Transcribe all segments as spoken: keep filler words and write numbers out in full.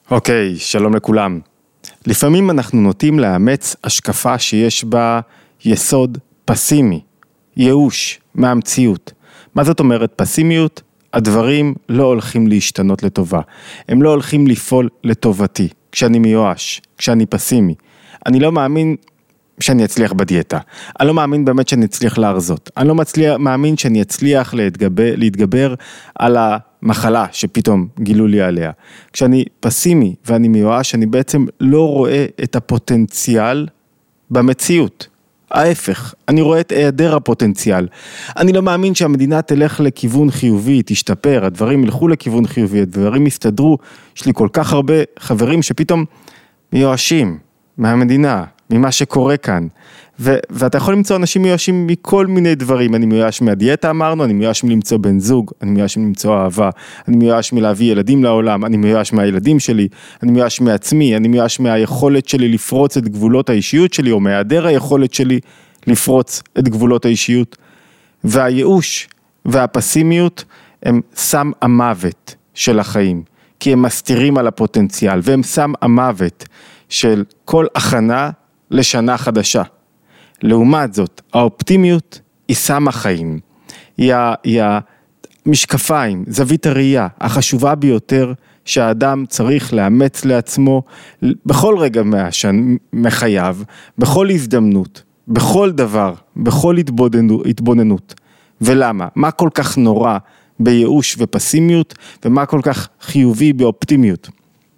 אוקיי, שלום לכולם. לפעמים אנחנו נוטים לאמץ השקפה שיש בה יסוד פסימי, ייאוש מהמציאות. מה זאת אומרת פסימיות? הדברים לא הולכים להשתנות לטובה. הם לא הולכים לפעול לטובתי. כשאני מיואש, כשאני פסימי. אני לא מאמין שאני אצליח בדיאטה. אני לא מאמין באמת שאני אצליח להרזות. אני לא מצליח, מאמין שאני אצליח להתגבר, להתגבר על המחלה שפתאום גילו לי עליה. כשאני פסימי ואני מיואש, אני בעצם לא רואה את הפוטנציאל במציאות. ההפך, אני רואה את היעדר הפוטנציאל. אני לא מאמין שהמדינה תלך לכיוון חיובי, תשתפר, הדברים ילכו לכיוון חיובי, הדברים יסתדרו. יש לי כל כך הרבה חברים שפתאום מיואשים מהמדינה, ממה שקורה כאן. ו- ואתה יכול למצוא אנשים מיואשים מכל מיני דברים. אני מיואש מהדיאטה אמרנו, אני מיואש מלמצוא בן זוג, אני מיואש מלמצוא אהבה, אני מיואש מלהביא ילדים לעולם, אני מיואש מהילדים שלי, אני מיואש מעצמי, אני מיואש מהיכולת שלי לפרוץ את גבולות האישיות שלי, או מהיעדר היכולת שלי לפרוץ את גבולות האישיות. והייאוש והפסימיות הם סם המוות של החיים, כי הם מסתירים על הפוטנציאל, והם סם המוות של כל הכנה לשנה חדשה. לעומת זאת, האופטימיות היא סם החיים, היא, היא המשקפיים, זווית הראייה החשובה ביותר שהאדם צריך לאמץ לעצמו בכל רגע מהשן, מחייו, בכל הזדמנות, בכל דבר, בכל התבוננות, התבוננות. ולמה? מה כל כך נורא בייאוש ופסימיות, ומה כל כך חיובי באופטימיות?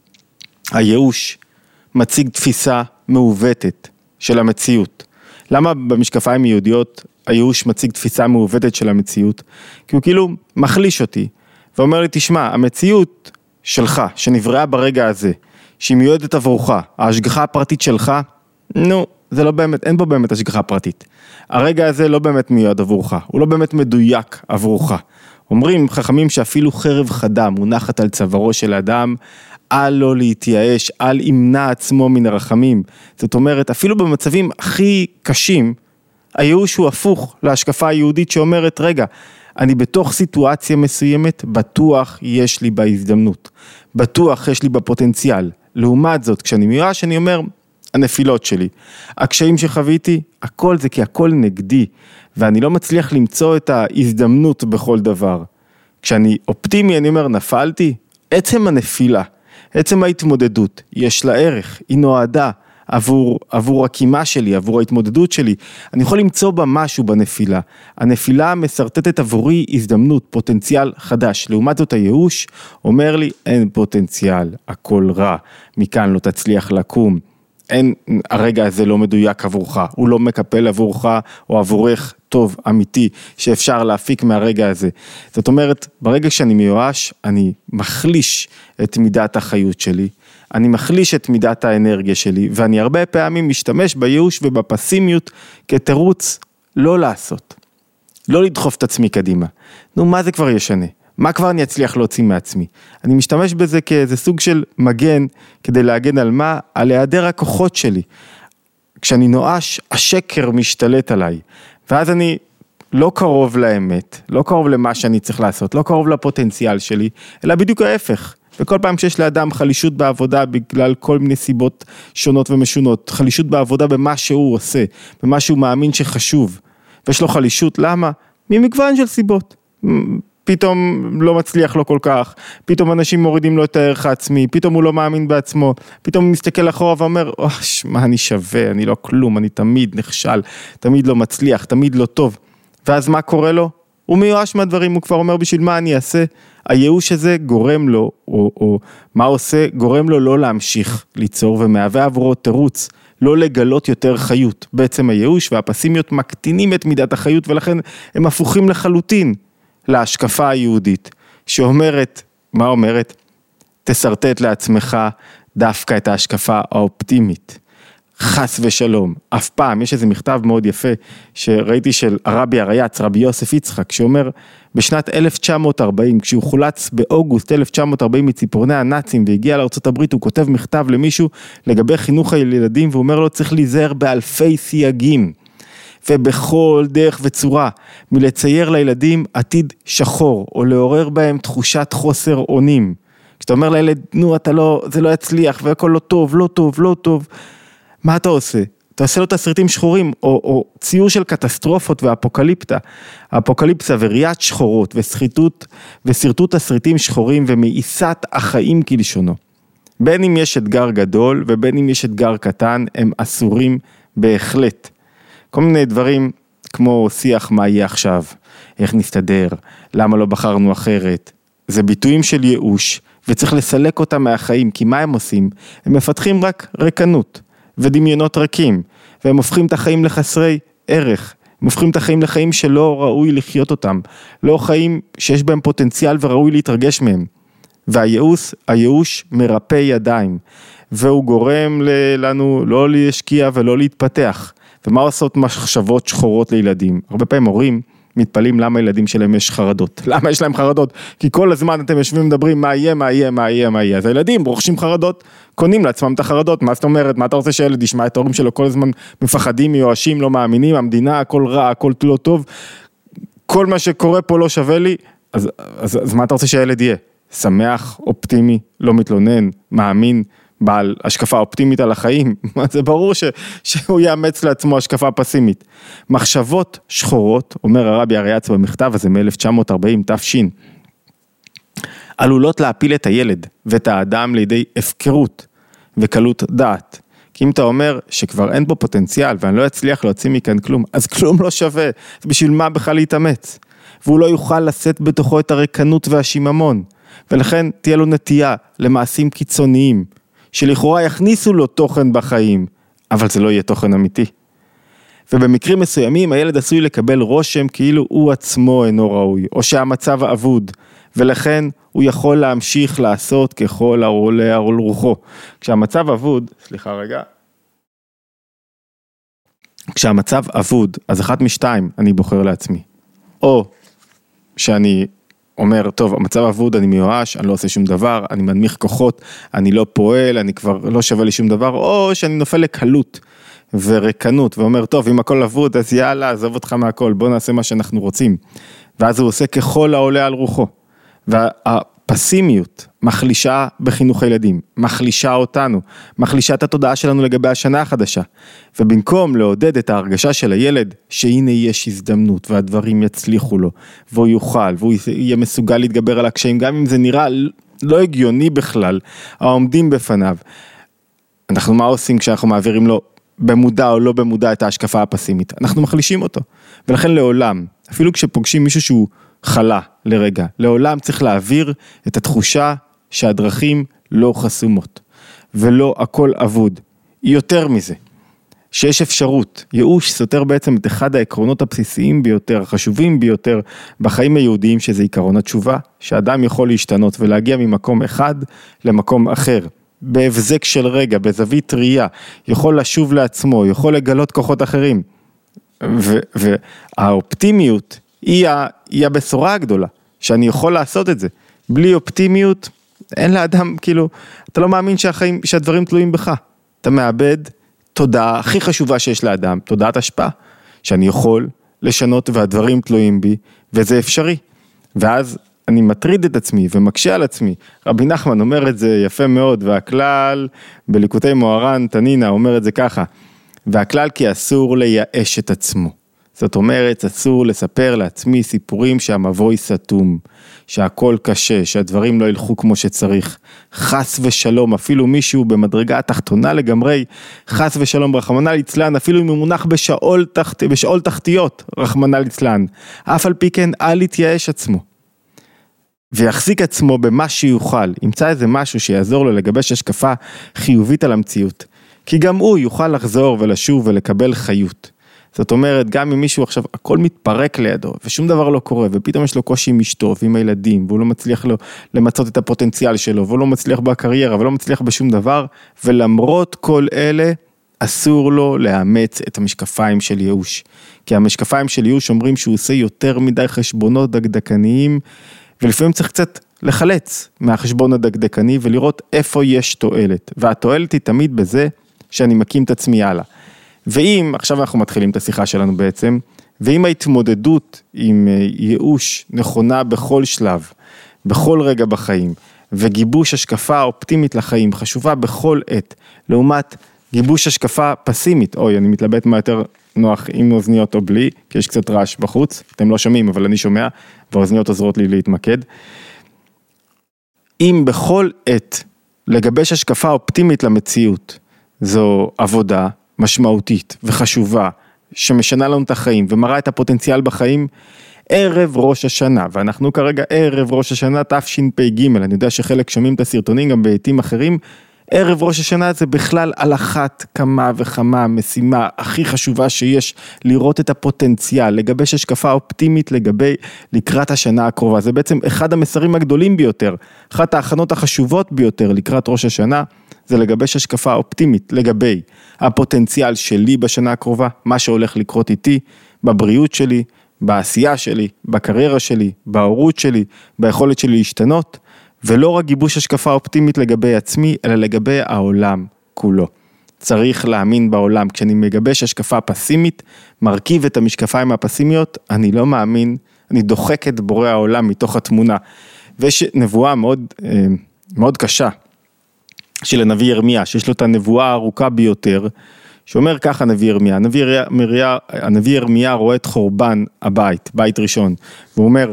הייאוש מציג תפיסה מעוותת של המציאות. למה במשקפיים יהודיות הייאוש מציג תפיסה מעוותת של המציאות? כי הוא כאילו מחליש אותי, ואומר לי, תשמע, המציאות שלך, שנבראה ברגע הזה, שהיא מיועדת עבורך, ההשגחה הפרטית שלך, נו, זה לא באמת, אין בו באמת השגחה פרטית. הרגע הזה לא באמת מיועד עבורך, הוא לא באמת מדויק עבורך. אומרים חכמים שאפילו חרב חדה מונחת על צווארו של אדם, אל לא להתייאש, אל ימנע עצמו מן הרחמים. זאת אומרת, אפילו במצבים הכי קשים, הייאוש הוא הפוך להשקפה היהודית שאומרת, רגע, אני בתוך סיטואציה מסוימת, בטוח יש לי בהזדמנות, בטוח יש לי בפוטנציאל. לעומת זאת, כשאני מיואש, אני אומר, הנפילות שלי, הקשיים שחוויתי, הכל זה כי הכל נגדי, ואני לא מצליח למצוא את ההזדמנות בכל דבר. כשאני אופטימי, אני אומר, נפלתי, עצם הנפילה, עצם ההתמודדות, יש לה ערך, היא נועדה עבור, עבור הקימה שלי, עבור ההתמודדות שלי. אני יכול למצוא בה משהו בנפילה. הנפילה מסרטטת עבורי הזדמנות, פוטנציאל חדש. לעומת זאת הייאוש אומר לי, אין פוטנציאל, הכל רע, מכאן לא תצליח לקום. אין, הרגע הזה לא מדויק עבורך, הוא לא מקפל עבורך או עבורך טוב, אמיתי, שאפשר להפיק מהרגע הזה. זאת אומרת, ברגע שאני מיואש, אני מחליש את מידת החיות שלי, אני מחליש את מידת האנרגיה שלי, ואני הרבה פעמים משתמש בייאוש ובפסימיות כתירוץ לא לעשות, לא לדחוף את עצמי קדימה. נו, מה זה כבר ישנה? מה כבר אני אצליח להוציא מעצמי? אני משתמש בזה כאיזה סוג של מגן, כדי להגן על מה? על היעדר הכוחות שלי. כשאני נואש, השקר משתלט עליי, ואז אני לא קרוב לאמת, לא קרוב למה שאני צריך לעשות, לא קרוב לפוטנציאל שלי, אלא בדיוק ההפך. וכל פעם שיש לאדם חלישות בעבודה, בגלל כל מיני סיבות שונות ומשונות, חלישות בעבודה במה שהוא עושה, במה שהוא מאמין שחשוב, ויש לו חלישות, למה? ממגוון של סיבות. פתאום לא מצליח לו כל כך, פתאום אנשים מורידים לו את הערך העצמי, פתאום הוא לא מאמין בעצמו, פתאום הוא מסתכל אחורה ואומר, אוש, מה אני שווה, אני לא כלום, אני תמיד נכשל, תמיד לא מצליח, תמיד לא טוב. ואז מה קורה לו? הוא מיואש מהדברים, הוא כבר אומר בשביל מה אני אעשה, הייאוש הזה גורם לו, או, או מה עושה, גורם לו לא להמשיך ליצור, ומהווה עבורו תירוץ, לא לגלות יותר חיות. בעצם הייאוש והפסימיות מקטינים את מידת החיות, ולכן הם הפוכים לחלוטין. להשקפה היהודית, שאומרת, מה אומרת? תסרטט לעצמך דווקא את ההשקפה האופטימית. חס ושלום. אף פעם, יש איזה מכתב מאוד יפה, שראיתי של הרבי הרייץ, רבי יוסף יצחק, שאומר, בשנת אלף תשע מאות ארבעים, כשהוא חולץ באוגוסט אלף תשע מאות ארבעים מציפורני הנאצים, והגיע לארצות הברית, הוא כותב מכתב למישהו, לגבי חינוך הילדים, והוא אומר לו, צריך להיזהר באלפי סייגים. ובכל דרך וצורה, מלצייר לילדים עתיד שחור, או לעורר בהם תחושת חוסר אונים. שאתה אומר לילד, נו, אתה לא, זה לא יצליח, והכל לא טוב, לא טוב, לא טוב, מה אתה עושה? אתה עושה לו תסריטים שחורים, או, או ציור של קטסטרופות ואפוקליפטה, האפוקליפסה וריית שחורות, וסחיטות, וסרטוט תסריטים שחורים, ומאיסת החיים כלשונו. בין אם יש אתגר גדול, ובין אם יש אתגר קטן, הם אסורים בהחלט. כל מיני דברים, כמו שיח מה יהיה עכשיו, איך נסתדר, למה לא בחרנו אחרת, זה ביטויים של ייאוש, וצריך לסלק אותם מהחיים, כי מה הם עושים? הם מפתחים רק ריקנות, ודמיונות רכים, והם הופכים את החיים לחסרי ערך, הם הופכים את החיים לחיים שלא ראוי לחיות אותם, לא חיים שיש בהם פוטנציאל וראוי להתרגש מהם, והייאוש, הייאוש מרפא ידיים, והוא גורם לנו לא להשקיע ולא להתפתח, ומה עושות מחשבות שחורות לילדים? הרבה פעמים הורים מתפלאים למה ילדים שלהם יש חרדות. למה יש להם חרדות? כי כל הזמן אתם יושבים ומדברים מה יהיה, מה יהיה, מה יהיה, מה יהיה. אז הילדים רוכשים חרדות, קונים לעצמם את החרדות. מה זאת אומרת? מה אתה רוצה שילד ישמע את ההורים שלו כל הזמן מפחדים, מיואשים, לא מאמינים, המדינה, הכל רע, הכל לא טוב. כל מה שקורה פה לא שווה לי. אז, אז, אז מה אתה רוצה שהילד יהיה? שמח, אופטימי, לא מתלונן, מאמין, בעל השקפה אופטימית על החיים, זה ברור ש, שהוא יאמץ לעצמו השקפה פסימית. מחשבות שחורות, אומר הרבי אריאץ במכתב הזה מ-אלף תשע מאות ארבעים תש"ין, עלולות להפיל את הילד ואת האדם לידי הפקרות וקלות דעת. כי אם אתה אומר שכבר אין בו פוטנציאל ואני לא אצליח להוציא מכאן כלום, אז כלום לא שווה, בשביל מה בכלל להתאמץ? והוא לא יוכל לשאת בתוכו את הריקנות והשיממון, ולכן תהיה לו נטייה למעשים קיצוניים, שלכאורה יכניסו לו תוכן בחיים, אבל זה לא יהיה תוכן אמיתי. ובמקרים מסוימים הילד עשוי לקבל רושם כאילו הוא עצמו אינו ראוי, או שהמצב אבוד, ולכן הוא יכול להמשיך לעשות ככל העולה על רוחו. כשהמצב אבוד, סליחה רגע, כשהמצב אבוד, אז אחת משתיים אני בוחר לעצמי. או שאני אומר, טוב, המצב אבוד, אני מיואש, אני לא עושה שום דבר, אני מנמיך כוחות, אני לא פועל, אני כבר לא שווה לי שום דבר, או שאני נופל לקלות וריקנות, ואומר, טוב, אם הכל אבוד, אז יאללה, עזוב אותך מהכל, בוא נעשה מה שאנחנו רוצים. ואז הוא עושה ככל העולה על רוחו. והפסימיות מחלישה בחינוך הילדים, מחלישה אותנו, מחלישה את התודעה שלנו לגבי השנה החדשה. ובמקום לעודד את ההרגשה של הילד, שהנה יש הזדמנות, והדברים יצליחו לו, והוא יוכל, והוא יהיה מסוגל להתגבר על הקשיים, גם אם זה נראה לא הגיוני בכלל, העומדים בפניו. אנחנו מה עושים כשאנחנו מעבירים לו במודע או לא במודע את ההשקפה הפסימית? אנחנו מחלישים אותו. ולכן לעולם, אפילו כשפוגשים מישהו שהוא חלה לרגע, לעולם צריך להעביר את התחושה שהדרכים לא חסומות, ולא הכל אבוד. יותר מזה, שיש אפשרות, ייאוש סותר בעצם את אחד העקרונות הבסיסיים ביותר, החשובים ביותר בחיים היהודיים, שזה עיקרון התשובה, שאדם יכול להשתנות ולהגיע ממקום אחד למקום אחר, בהבזק של רגע, בזווית ראייה, יכול לשוב לעצמו, יכול לגלות כוחות אחרים, והאופטימיות היא, היא הבשורה הגדולה, שאני יכול לעשות את זה. בלי אופטימיות, אין לאדם, כאילו, אתה לא מאמין שהחיים, שהדברים תלויים בך. אתה מאבד תודעה הכי חשובה שיש לאדם, תודעת השפעה, שאני יכול לשנות והדברים תלויים בי, וזה אפשרי. ואז אני מטריד את עצמי ומקשה על עצמי. רבי נחמן אומר את זה יפה מאוד, והכלל בליקוטי מוהר"ן תנינה אומר את זה ככה, והכלל כי אסור לייאש את עצמו. זאת אומרת, אסור לספר לעצמי סיפורים שהמבוי סתום, שהכל קשה, שהדברים לא ילכו כמו שצריך. חס ושלום, אפילו מישהו במדרגה התחתונה לגמרי, חס ושלום, רחמנא ליצלן, אפילו אם הוא מונח בשאול, תחת, בשאול תחתיות, רחמנא ליצלן. אף על פי כן, אל יתייאש עצמו. ויחזיק עצמו במה שיוכל, ימצא איזה משהו שיעזור לו לגבש השקפה חיובית על המציאות. כי גם הוא יוכל לחזור ולשוב ולקבל חיות. זאת אומרת, גם אם מישהו עכשיו, הכל מתפרק לידו, ושום דבר לא קורה, ופתאום יש לו קושי עם אשתו, ועם הילדים, והוא לא מצליח לו למצות את הפוטנציאל שלו, והוא לא מצליח בקריירה, ולא מצליח בשום דבר, ולמרות כל אלה, אסור לו לאמץ את המשקפיים של ייאוש. כי המשקפיים של ייאוש אומרים שהוא עושה יותר מדי חשבונות דקדקניים, ולפעמים צריך קצת לחלץ מהחשבון הדקדקני, ולראות איפה יש תועלת. והתועלת היא תמיד בזה שאני מקים את עצמי הלאה. ואם, עכשיו אנחנו מתחילים את השיחה שלנו בעצם, ואם ההתמודדות עם ייאוש נכונה בכל שלב, בכל רגע בחיים, וגיבוש השקפה אופטימית לחיים חשובה בכל עת, לעומת גיבוש השקפה פסימית. אוי, אני מתלבט מה יותר נוח עם אוזניות או בלי, כי יש קצת רעש בחוץ, אתם לא שומעים, אבל אני שומע, והאוזניות עוזרות לי להתמקד. אם בכל עת לגבש השקפה אופטימית למציאות, זו עבודה משמעותית וחשובה, שמשנה לנו את החיים ומראה את הפוטנציאל בחיים, ערב ראש השנה, ואנחנו כרגע ערב ראש השנה תשפ"ג, אני יודע שחלק שומעים את הסרטונים גם בעתים אחרים, ערב ראש השנה זה בכלל על אחת כמה וכמה המשימה הכי חשובה שיש, לראות את הפוטנציאל, לגבש השקפה אופטימית לגבי לקראת השנה הקרובה, זה בעצם אחד המסרים הגדולים ביותר, אחת ההכנות החשובות ביותר לקראת ראש השנה, זה לגבש השקפה אופטימית לגבי הפוטנציאל שלי בשנה הקרובה, מה שהולך לקרות איתי, בבריאות שלי, בעשייה שלי, בקריירה שלי, בהורות שלי, ביכולת שלי להשתנות, ולא רק גיבוש השקפה אופטימית לגבי עצמי, אלא לגבי העולם כולו. צריך להאמין בעולם. כשאני מגבש השקפה פסימית, מרכיב את המשקפיים הפסימיות, אני לא מאמין, אני דוחק את בורא העולם מתוך התמונה. ויש נבואה מאוד, מאוד קשה, של הנביא ירמיה, שיש לו את הנבואה הארוכה ביותר, שאומר ככה הנביא ירמיה, הנביא ירמיה, הנביא ירמיה רואה את חורבן הבית, בית ראשון, והוא אומר,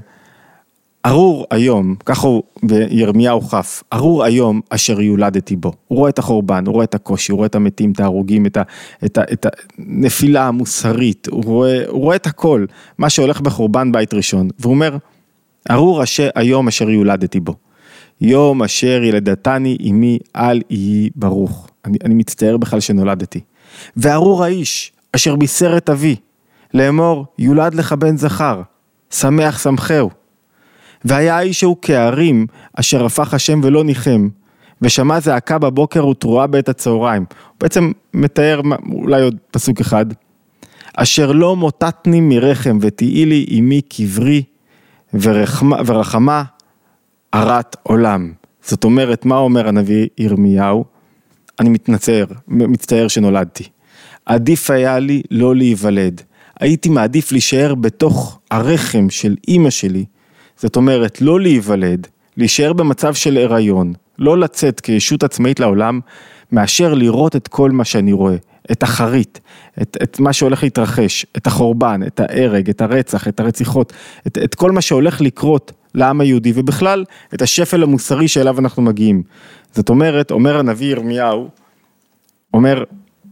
ארור היום, ככה הוא בירמיהו חף, ארור היום אשר יולדתי בו, הוא רואה את החורבן, הוא רואה את הקושי, הוא רואה את המתים, את ההרוגים, את, ה, את, ה, את הנפילה המוסרית, הוא רואה, הוא רואה את הכל, מה שהולך בחורבן בית ראשון, והוא אומר, ארור אשר היום אשר יולדתי בו, יום אשר ילדתני עמי אל יהי ברוך, אני, אני מצטער בכלל שנולדתי, וארור האיש אשר בישר את אבי, לאמור יולד לך בן זכר, שמח שמחהו, והיה האיש שהוא כערים אשר הפך השם ולא ניחם, ושמע זעקה בבוקר ותרועה בעת הצהריים. הוא בעצם מתאר אולי עוד פסוק אחד, אשר לא מוטטני מרחם ותהי לי עמי קברי ורחמה, ורחמה ארת עולם. זאת אומרת, מה אומר הנביא ירמיהו? אני מתנצר, מצטער שנולדתי. עדיף היה לי לא להיוולד. הייתי מעדיף להישאר בתוך הרחם של אמא שלי, זאת אומרת, לא להיוולד, להישאר במצב של הריון, לא לצאת כישות עצמאית לעולם, מאשר לראות את כל מה שאני רואה, את החרית, את, את מה שהולך להתרחש, את החורבן, את ההרג, את הרצח, את הרציחות, את, את כל מה שהולך לקרות לעם היהודי, ובכלל את השפל המוסרי שאליו אנחנו מגיעים. זאת אומרת, אומר הנביא ירמיהו, אומר,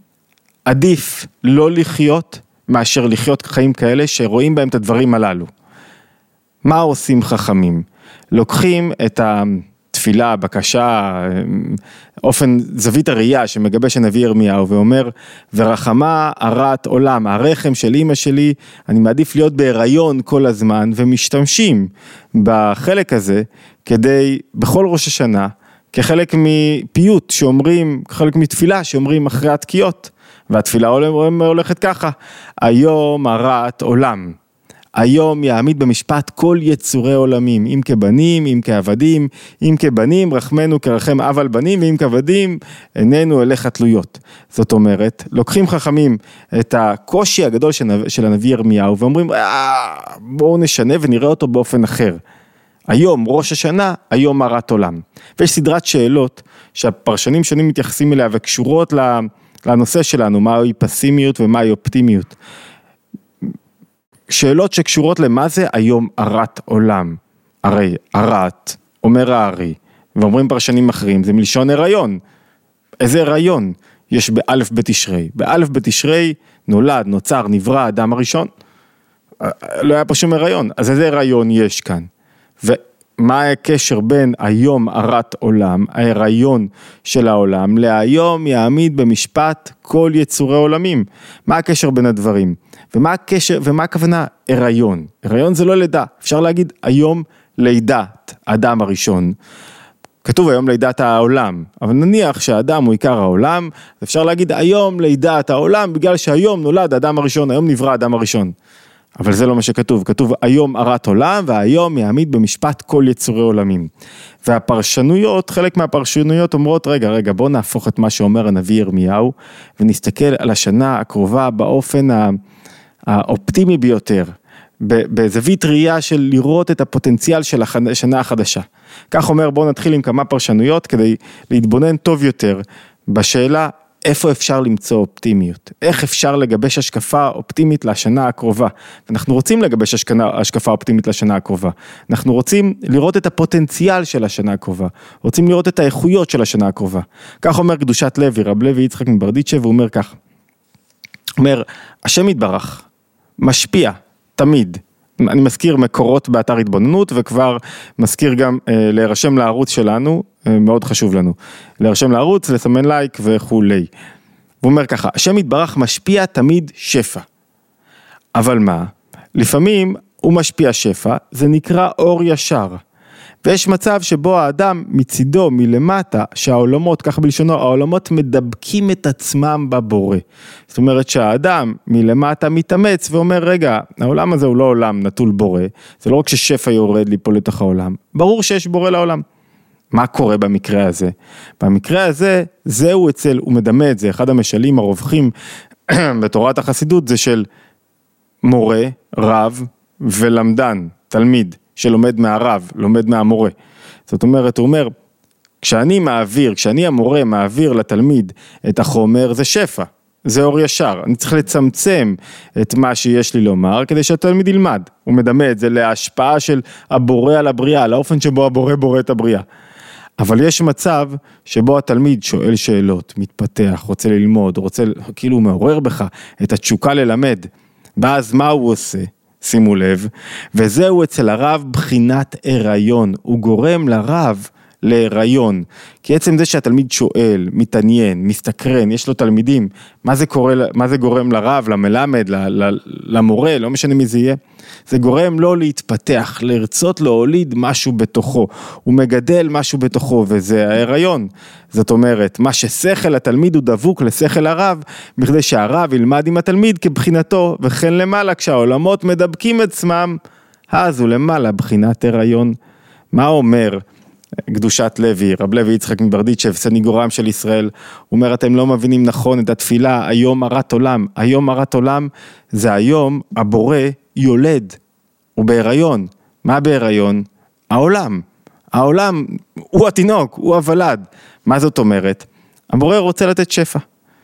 עדיף לא לחיות, מאשר לחיות חיים כאלה שרואים בהם את הדברים הללו. מה עושים חכמים? לוקחים את התפילה, הבקשה, אופן זווית הראייה שמגבש הנביא ירמיהו ואומר, ורחמה ארת עולם, הרחם של אמא שלי, אני מעדיף להיות בהיריון כל הזמן, ומשתמשים בחלק הזה, כדי בכל ראש השנה, כחלק מפיוט שאומרים, כחלק מתפילה שאומרים אחרי התקיעות, והתפילה הולכת ככה, היום ארת עולם. היום יעמיד במשפט כל יצורי עולמים, אם כבנים, אם כעבדים, אם כבנים, רחמנו כרחם אב על בנים, ואם כעבדים, איננו אליך תלויות. זאת אומרת, לוקחים חכמים את הקושי הגדול של הנביא ירמיהו, ואומרים, אה, בואו נשנה ונראה אותו באופן אחר. היום, ראש השנה, היום הרת עולם. ויש סדרת שאלות שהפרשנים שונים מתייחסים אליה, וקשורות לנושא שלנו, מהי פסימיות ומהי אופטימיות. שאלות שקשורות למה זה היום הרת עולם. הרי הרת, אומר הארי, ואומרים פרשנים אחרים, זה מלשון הריון. איזה הריון יש באלף בתשרי? באלף בתשרי נולד, נוצר, נברא האדם הראשון. לא היה פה שום הריון. אז איזה הריון יש כאן? ומה הקשר בין היום הרת עולם, ההיריון של העולם, להיום יעמיד במשפט כל יצורי עולמים? מה הקשר בין הדברים? ומה הקשר, ומה הכוונה? הריון. הריון זה לא לידה. אפשר להגיד היום לידת האדם הראשון. כתוב היום לידת העולם. אבל נניח שהאדם הוא עיקר העולם, אפשר להגיד היום לידת העולם, בגלל שהיום נולד האדם הראשון, היום נברא האדם הראשון. אבל זה לא מה שכתוב. כתוב היום הרת עולם, והיום יעמיד במשפט כל יצורי עולמים. והפרשנויות, חלק מהפרשנויות אומרות, רגע, רגע, בוא נהפוך את מה שאומר הנביא ירמיהו, ונסתכל על השנה הקרובה באופן ה... האופטימי ביותר, בזווית ראייה של לראות את הפוטנציאל של השנה החדשה. כך אומר, בואו נתחיל עם כמה פרשנויות כדי להתבונן טוב יותר בשאלה איפה אפשר למצוא אופטימיות, איך אפשר לגבש השקפה אופטימית לשנה הקרובה. אנחנו רוצים לגבש השקנה, השקפה אופטימית לשנה הקרובה, אנחנו רוצים לראות את הפוטנציאל של השנה הקרובה, רוצים לראות את האיכויות של השנה הקרובה. כך אומר קדושת לוי, רב לוי יצחק מברדיצ'ב, והוא אומר כך, אומר, השם יתברך, משפיע, תמיד, אני מזכיר מקורות באתר התבוננות, וכבר מזכיר גם אה, להירשם לערוץ שלנו, אה, מאוד חשוב לנו, להירשם לערוץ, לסמן לייק וכולי. הוא אומר ככה, השם יתברך משפיע תמיד שפע, אבל מה? לפעמים הוא משפיע שפע, זה נקרא אור ישר, ויש מצב שבו האדם מצידו מלמטה, שהעולמות, כך בלשונו, העולמות מדבקים את עצמם בבורא. זאת אומרת שהאדם מלמטה מתאמץ ואומר, רגע, העולם הזה הוא לא עולם נטול בורא, זה לא רק ששפע יורד ליפול לתוך העולם, ברור שיש בורא לעולם. מה קורה במקרה הזה? במקרה הזה, זהו אצל, הוא מדמה את זה, אחד המשלים הרווחים בתורת החסידות, זה של מורה, רב ולמדן, תלמיד. שלומד מהרב, לומד מהמורה. זאת אומרת, הוא אומר, כשאני מעביר, כשאני המורה מעביר לתלמיד את החומר, זה שפע, זה אור ישר. אני צריך לצמצם את מה שיש לי לומר, כדי שהתלמיד ילמד. הוא מדמה את זה להשפעה של הבורא על הבריאה, לאופן שבו הבורא בורא את הבריאה. אבל יש מצב שבו התלמיד שואל שאלות, מתפתח, רוצה ללמוד, רוצה, כאילו הוא מעורר בך את התשוקה ללמד. ואז מה הוא עושה? שימו לב, וזהו אצל הרב בחינת הריון, הוא גורם לרב להיריון, כי עצם זה שהתלמיד שואל, מתעניין, מסתקרן, יש לו תלמידים, מה זה, קורה, מה זה גורם לרב, למלמד, למורה, לא משנה מי זה יהיה, זה גורם לו להתפתח, לרצות להוליד משהו בתוכו, הוא מגדל משהו בתוכו, וזה ההיריון. זאת אומרת, מה ששכל התלמיד הוא דבוק לשכל הרב, בכדי שהרב ילמד עם התלמיד כבחינתו, וכן למעלה, כשהעולמות מדבקים עצמם, אז הוא למעלה בחינת הריון. מה אומר קדושת לוי, רב לוי יצחק מברדיצ'ב, סניגורם של ישראל, הוא אומר, אתם לא מבינים נכון את התפילה, היום הרת עולם, היום הרת עולם, זה היום הבורא יולד, הוא בהיריון. מה בהיריון? העולם. העולם הוא התינוק, הוא הוולד. מה זאת אומרת? הבורא רוצה לתת שפע.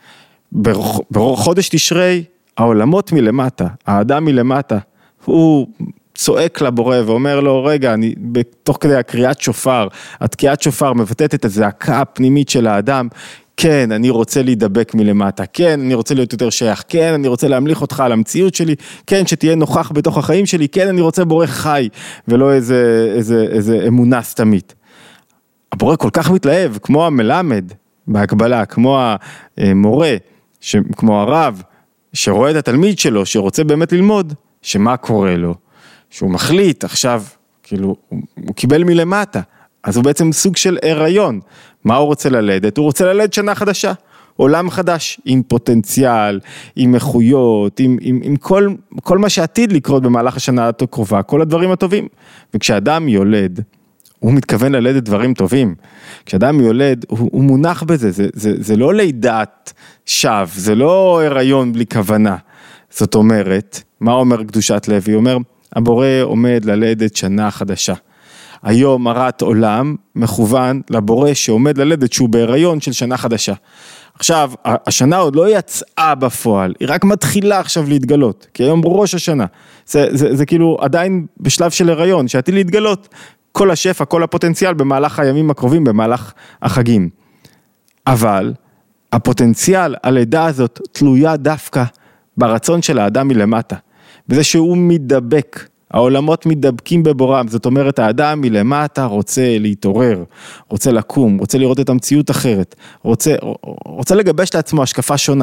בחודש תשרי, העולמות מלמטה, האדם מלמטה, הוא צועק לבורא ואומר לו, רגע, אני, בתוך כדי הקריאת שופר, התקיעת שופר מבטאת את הזעקה הפנימית של האדם, כן, אני רוצה להידבק מלמטה, כן, אני רוצה להיות יותר שייך, כן, אני רוצה להמליך אותך על המציאות שלי, כן, שתהיה נוכח בתוך החיים שלי, כן, אני רוצה בורא חי, ולא איזה, איזה, איזה אמונה סתמית. הבורא כל כך מתלהב, כמו המלמד, בהקבלה, כמו המורה, ש, כמו הרב, שרואה את התלמיד שלו, שרוצה באמת ללמוד, שמה קורה לו? שהוא מחליט עכשיו, כאילו, הוא, הוא קיבל מלמטה, אז הוא בעצם סוג של הריון. מה הוא רוצה ללדת? הוא רוצה ללדת שנה חדשה, עולם חדש, עם פוטנציאל, עם איכויות, עם, עם, עם כל, כל מה שעתיד לקרות במהלך השנה הקרובה, כל הדברים הטובים. וכשאדם יולד, הוא מתכוון ללדת דברים טובים. כשאדם יולד, הוא, הוא מונח בזה, זה, זה, זה לא לידת שווא, זה לא הריון בלי כוונה. זאת אומרת, מה אומר קדושת לוי? הוא אומר, הבורא עומד ללדת שנה חדשה. היום הרת עולם מכוון לבורא שעומד ללדת שהוא בהיריון של שנה חדשה. עכשיו, השנה עוד לא יצאה בפועל, היא רק מתחילה עכשיו להתגלות, כי היום ראש השנה. זה, זה, זה כאילו עדיין בשלב של הריון, שעתיד להתגלות כל השפע, כל הפוטנציאל במהלך הימים הקרובים, במהלך החגים. אבל הפוטנציאל, הלידה הזאת, תלויה דווקא ברצון של האדם מלמטה. בזה שהוא מדבק, העולמות מדבקים בבורם, זאת אומרת האדם מלמטה רוצה להתעורר, רוצה לקום, רוצה לראות את המציאות אחרת, רוצה, רוצה לגבש לעצמו השקפה שונה.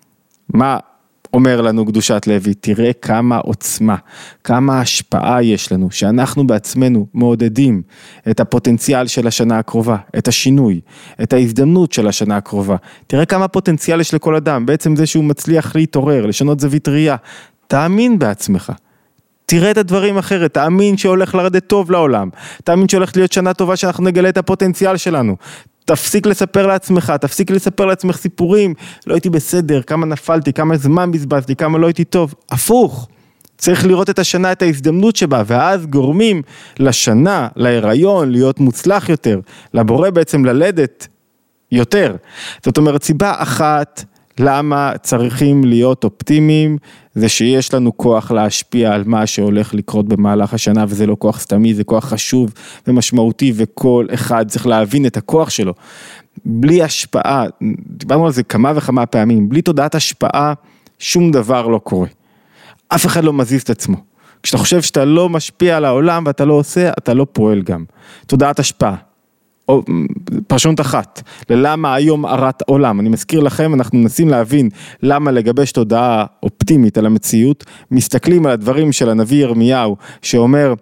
מה אומר לנו קדושת לוי? תראה כמה עוצמה, כמה השפעה יש לנו, שאנחנו בעצמנו מעודדים את הפוטנציאל של השנה הקרובה, את השינוי, את ההזדמנות של השנה הקרובה. תראה כמה פוטנציאל יש לכל אדם, בעצם זה שהוא מצליח להתעורר, לשנות זווית ראייה. תאמין בעצמך, תראה את הדברים אחרת, תאמין שהולך לרדת טוב לעולם, תאמין שהולך להיות שנה טובה שאנחנו נגלה את הפוטנציאל שלנו, תפסיק לספר לעצמך, תפסיק לספר לעצמך סיפורים, לא הייתי בסדר, כמה נפלתי, כמה זמן בזבזתי, כמה לא הייתי טוב, הפוך, צריך לראות את השנה, את ההזדמנות שבה, ואז גורמים לשנה, להיריון, להיות מוצלח יותר, לבורא בעצם ללדת יותר. זאת אומרת, סיבה אחת, למה צריכים להיות אופטימיים, זה שיש לנו כוח להשפיע על מה שהולך לקרות במהלך השנה, וזה לא כוח סתמי, זה כוח חשוב ומשמעותי, וכל אחד צריך להבין את הכוח שלו. בלי השפעה, דיברנו על זה כמה וכמה פעמים, בלי תודעת השפעה, שום דבר לא קורה. אף אחד לא מזיז את עצמו. כשאתה חושב שאתה לא משפיע על העולם, ואתה לא עושה, אתה לא פועל גם. תודעת השפעה. או פרשנות אחת, ללמה היום הרת עולם, אני מזכיר לכם, אנחנו מנסים להבין למה לגבש תודעה אופטימית על המציאות, מסתכלים על הדברים של הנביא ירמיהו, שאומר,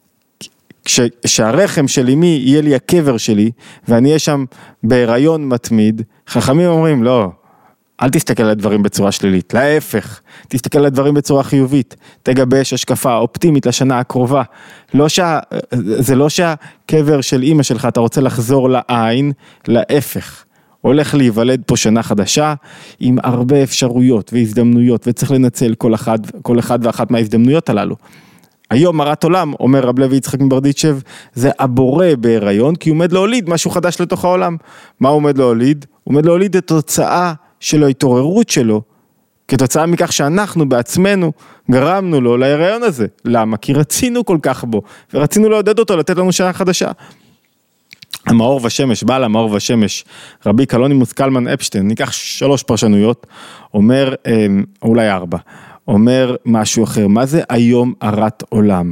שהרחם של אמי יהיה לי הקבר שלי, ואני אהיה שם בהיריון מתמיד, חכמים אומרים, לא, אל תסתכל על הדברים בצורה שלילית, להפך, תסתכל על הדברים בצורה חיובית, תגבש השקפה אופטימית לשנה הקרובה, לא שה, זה לא שהקבר של אמא שלך, אתה רוצה לחזור לעין, להפך, הולך להיוולד פה שנה חדשה, עם הרבה אפשרויות והזדמנויות, וצריך לנצל כל אחד, כל אחד ואחת מההזדמנויות הללו. היום הרת עולם, אומר רב לוי יצחק מברדיצ'ב, זה הבורא בהיריון, כי הוא עומד להוליד משהו חדש לתוך העולם. מה הוא עומד להוליד? הוא עומד להוליד את התוצאה של ההתעוררות שלו, כתוצאה מכך שאנחנו בעצמנו גרמנו לו להיריון הזה. למה? כי רצינו כל כך בו, ורצינו לעודד אותו, לתת לנו שנה חדשה. המאור ושמש, בעל המאור ושמש, רבי קלונימוס קלמן אפשטיין, ניקח שלוש פרשנויות, אומר, אולי ארבע, אומר משהו אחר, מה זה היום הרת עולם?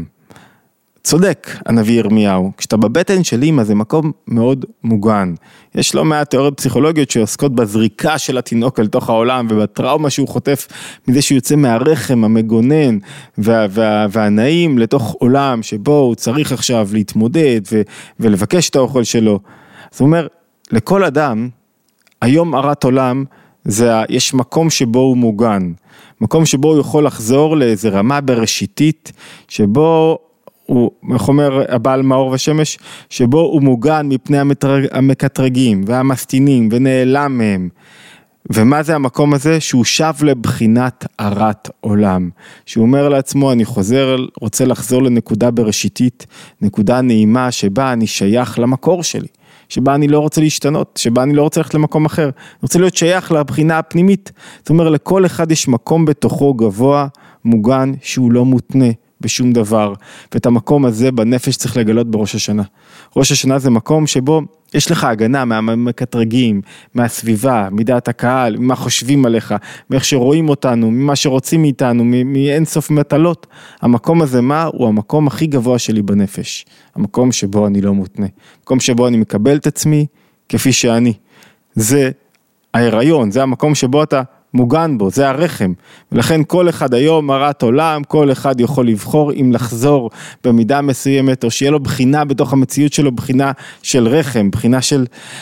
צודק, הנביא ירמיהו, כשאתה בבטן של אמא זה מקום מאוד מוגן, יש לא מעט תיאוריות פסיכולוגיות שעוסקות בזריקה של התינוק אל תוך העולם, ובטראומה שהוא חוטף מזה שהוא יוצא מהרחם המגונן וה, וה, והנעים לתוך עולם שבו הוא צריך עכשיו להתמודד ו, ולבקש את האוכל שלו. זאת אומרת, לכל אדם, היום הרת עולם, זה, יש מקום שבו הוא מוגן, מקום שבו הוא יכול לחזור לאיזו רמה בראשיתית, שבו הוא, איך אומר הבעל מאור ושמש, שבו הוא מוגן מפני המקטרגים והמסתינים ונעלם מהם. ומה זה המקום הזה? שהוא שב לבחינת הרת עולם. שהוא אומר לעצמו, אני חוזר, רוצה לחזור לנקודה בראשיתית, נקודה נעימה שבה אני שייך למקור שלי. שבה אני לא רוצה להשתנות, שבה אני לא רוצה ללכת למקום אחר. אני רוצה להיות שייך לבחינה הפנימית. זאת אומרת, לכל אחד יש מקום בתוכו גבוה, מוגן, שהוא לא מותנה בשום דבר. ואת המקום הזה בנפש צריך לגלות בראש השנה. ראש השנה זה מקום שבו יש לך הגנה מהמקטרגים, מהסביבה, מדעת הקהל, ממה חושבים עליך, מאיך שרואים אותנו, ממה שרוצים מאיתנו, מאין סוף מטלות. המקום הזה מה? הוא המקום הכי גבוה שלי בנפש. המקום שבו אני לא מותנה. המקום שבו אני מקבל את עצמי כפי שאני. זה ההיריון, זה המקום שבו אתה מוגן בו, זה הרחם. ולכן כל אחד היום הרת עולם, כל אחד יכול לבחור אם לחזור במידה מסוימת, או שיהיה לו בחינה בתוך המציאות שלו, בחינה של רחם, בחינה של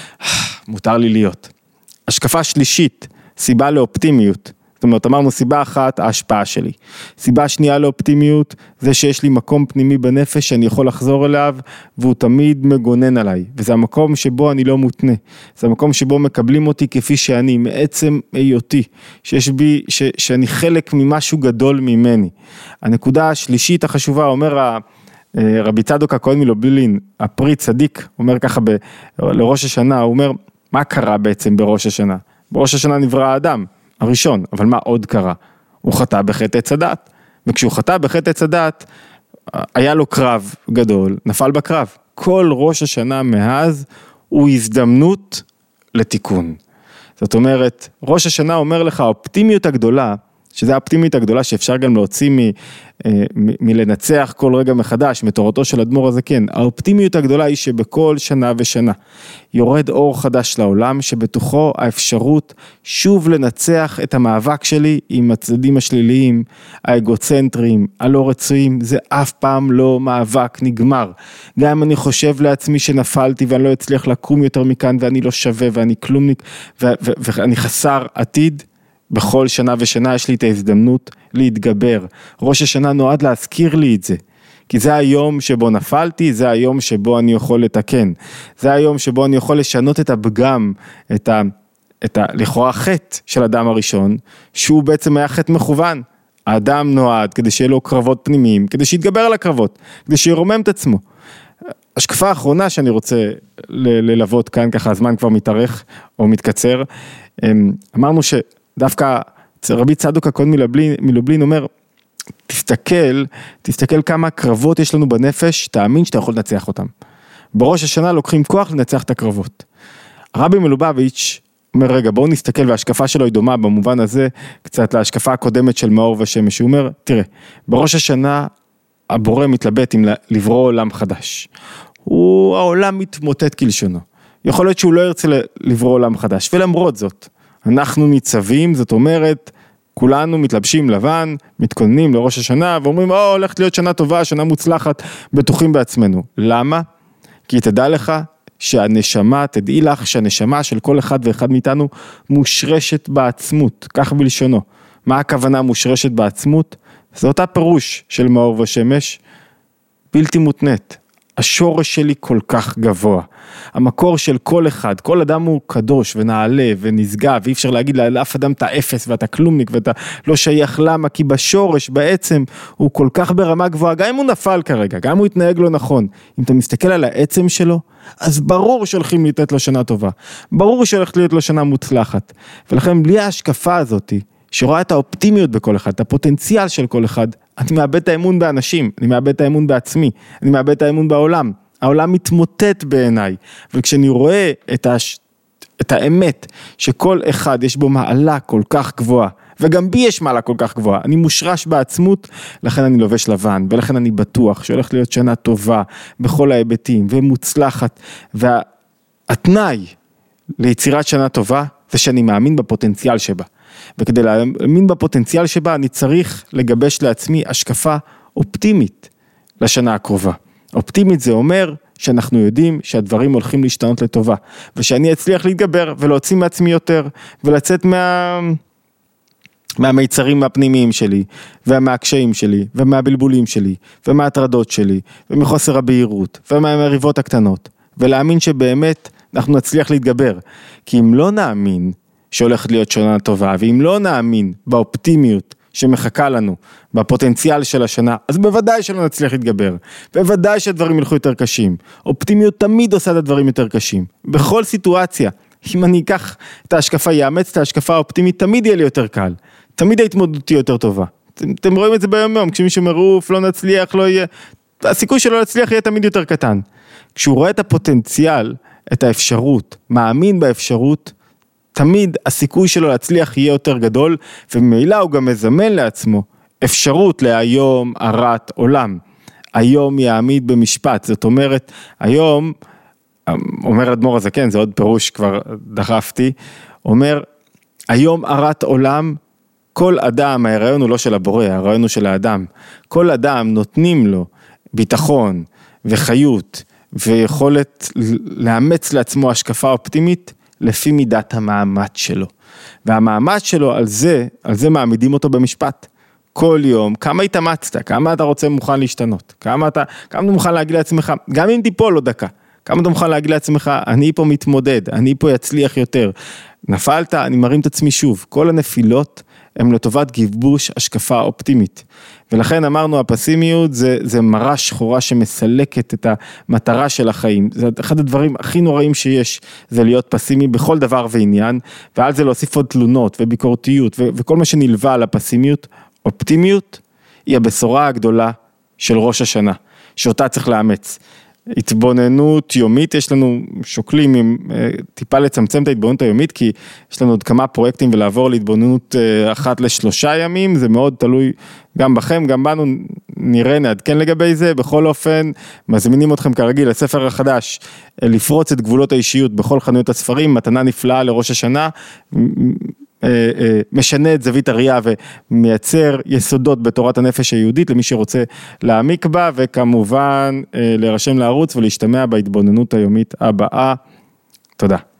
מותר לי להיות. השקפה שלישית, סיבה לאופטימיות. זאת אומרת, אמרנו סיבה אחת, ההשפעה שלי. סיבה שנייה לאופטימיות, זה שיש לי מקום פנימי בנפש שאני יכול לחזור אליו, והוא תמיד מגונן עליי. וזה המקום שבו אני לא מותנה. זה המקום שבו מקבלים אותי כפי שאני, מעצם היותי, שיש בי, ש, שאני חלק ממשהו גדול ממני. הנקודה השלישית החשובה, אומר רבי צדוק הכהן מלובלין, הפרי צדיק, אומר ככה ב, לראש השנה, הוא אומר, מה קרה בעצם בראש השנה? בראש השנה נברא האדם. הראשון, אבל מה עוד קרה? הוא חטא בחטא עץ הדת, וכשהוא חטא בחטא עץ הדת, היה לו קרב גדול, נפל בקרב. כל ראש השנה מאז הוא הזדמנות לתיקון. זאת אומרת, ראש השנה אומר לך, האופטימיות הגדולה, שזה האופטימיות הגדולה שאפשר גם להוציא מ, מ, מלנצח כל רגע מחדש, מתורתו של אדמו"ר הזקן, האופטימיות הגדולה היא שבכל שנה ושנה יורד אור חדש לעולם, שבתוכו האפשרות שוב לנצח את המאבק שלי עם הצדדים השליליים, האגוצנטריים, הלא רצויים, זה אף פעם לא מאבק נגמר. גם אם אני חושב לעצמי שנפלתי ואני לא אצליח לקום יותר מכאן ואני לא שווה ואני כלומניק ו- ו- ואני חסר עתיד, בכל שנה ושנה יש לי את ההזדמנות להתגבר. ראש השנה נועד להזכיר לי את זה. כי זה היום שבו נפלתי, זה היום שבו אני יכול לתקן. זה היום שבו אני יכול לשנות את הפגם, את ה, את ה, לכאורה חטא של אדם הראשון, שהוא בעצם היה חטא מכוון. האדם נועד כדי שיהיה לו קרבות פנימיים, כדי שיתגבר על הקרבות, כדי שירומם את עצמו. השקפה האחרונה שאני רוצה ל- ללוות כאן, ככה הזמן כבר מתארך או מתקצר, אמרנו שדווקא רבי צדוק הכהן מלובלין, מלובלין אומר, תסתכל, תסתכל כמה קרבות יש לנו בנפש, תאמין שאתה יכול לנצח אותם. בראש השנה לוקחים כוח לנצח את הקרבות. הרבי מלובביץ' אומר, רגע, בואו נסתכל, וההשקפה שלו היא דומה במובן הזה, קצת להשקפה הקודמת של מאור ושמש. הוא אומר, תראה, בראש השנה הבורא מתלבט אם לברוא עולם חדש. הוא, העולם מתמוטט כלשונו. יכול להיות שהוא לא ירצה לברוא עולם חדש, ולמרות זאת, אנחנו ניצבים, זאת אומרת, כולנו מתלבשים לבן, מתכוננים לראש השנה, ואומרים, או, הולכת להיות שנה טובה, שנה מוצלחת, בטוחים בעצמנו. למה? כי תדע לך, שהנשמה, תדעי לך שהנשמה של כל אחד ואחד מאיתנו מושרשת בעצמות, כך בלשונו. מה הכוונה מושרשת בעצמות? זה אותה פירוש של מאור ושמש, בלתי מותנית. השורש שלי כל כך גבוה. המקור של כל אחד, כל אדם הוא קדוש ונעלה ונשגב, ואי אפשר להגיד לאף אדם אתה אפס ואתה כלומניק ואתה לא שייך. למה? כי בשורש בעצם הוא כל כך ברמה גבוהה, גם אם הוא נפל כרגע, גם אם הוא התנהג לא נכון. אם אתה מסתכל על העצם שלו, אז ברור שהולכים לתת לו שנה טובה. ברור שהולכת להיות לו שנה מוצלחת. ולכן בלי ההשקפה הזאת, שרואה את האופטימיות בכל אחד, את הפוטנציאל של כל אחד, אני מאבד את האמון באנשים, אני מאבד את האמון בעצמי, אני מאבד את האמון בעולם. העולם מתמוטט בעיניי, וכשאני רואה את, הש... את האמת, שכל אחד יש בו מעלה כל כך גבוהה, וגם בי יש מעלה כל כך גבוהה, אני מושרש בעצמות, לכן אני לובש לבן, ולכן אני בטוח שהולך להיות שנה טובה, בכל ההיבטים, ומוצלחת, והתנאי ליצירת שנה טובה, זה שאני מאמין בפוטנציאל שבה. וכדי להאמין בפוטנציאל שבה, אני צריך לגבש לעצמי השקפה אופטימית לשנה הקרובה. אופטימית זה אומר שאנחנו יודעים שהדברים הולכים להשתנות לטובה, ושאני אצליח להתגבר ולהוציא מעצמי יותר, ולצאת מה... מהמיצרים הפנימיים שלי, ומהקשיים שלי, ומהבלבולים שלי, ומההטרדות שלי, ומחוסר הבהירות, ומהמריבות הקטנות, ולהאמין שבאמת אנחנו נצליח להתגבר. כי אם לא נאמין שהולכת להיות שנה טובה, ואם לא נאמין באופטימיות שמחכה לנו, בפוטנציאל של השנה, אז בוודאי שלא נצליח להתגבר, בוודאי שהדברים ילכו יותר קשים. אופטימיות תמיד עושה את הדברים יותר קשים, בכל סיטואציה. אם אני אקח את ההשקפה, יאמץ את ההשקפה האופטימית, תמיד יהיה לי יותר קל, תמיד ההתמודדות תהיה יותר טובה. אתם, אתם רואים את זה ביום יום, כשמישהו מרוף, לא נצליח, לא יהיה, הסיכוי שלא להצליח יהיה תמיד יותר קטן. כשהוא רואה את הפוטנציאל, את האפשרות, מאמין באפשרות, תמיד הסיכוי שלו להצליח יהיה יותר גדול, וממילא הוא גם מזמן לעצמו אפשרות להיום הרת עולם. היום יעמיד במשפט, זאת אומרת, היום, אומר אדמו"ר הזקן, זה עוד פירוש כבר דחפתי, אומר, היום הרת עולם, כל אדם, הרעיון הוא לא של הבורא, הרעיון הוא של האדם, כל אדם נותנים לו ביטחון וחיות, ויכולת לאמץ לעצמו השקפה אופטימית, לפי מידת המאמץ שלו. והמאמץ שלו על זה, על זה מעמידים אותו במשפט. כל יום, כמה התאמצת, כמה אתה רוצה מוכן להשתנות, כמה אתה, כמה אתה מוכן להגיד לעצמך, גם אם תיפול לו דקה, כמה אתה מוכן להגיד לעצמך, אני פה מתמודד, אני פה יצליח יותר. נפלת, אני מרים את עצמי שוב. כל הנפילות הם לטובת גיבוש השקפה אופטימית. ולכן אמרנו, הפסימיות זה, זה מראה שחורה שמסלקת את המטרה של החיים. זה אחד הדברים הכי נוראים שיש, זה להיות פסימי בכל דבר ועניין, ועל זה להוסיף עוד תלונות וביקורתיות, ו- וכל מה שנלווה על הפסימיות. אופטימיות היא הבשורה הגדולה של ראש השנה, שאותה צריך לאמץ. התבוננות יומית, יש לנו שוקלים עם טיפה לצמצם את ההתבוננות היומית, כי יש לנו עוד כמה פרויקטים ולעבור להתבוננות אחת לשלושה ימים, זה מאוד תלוי גם בכם, גם בנו, נראה, נעדכן לגבי זה. בכל אופן, מזמינים אתכם כרגיל לספר החדש, לפרוץ את גבולות האישיות בכל חנויות הספרים, מתנה נפלאה לראש השנה, משנה את זווית הראייה ומייצר יסודות בתורת הנפש היהודית למי שרוצה להעמיק בה, וכמובן להירשם לערוץ ולהשתמע בהתבוננות היומית הבאה. תודה.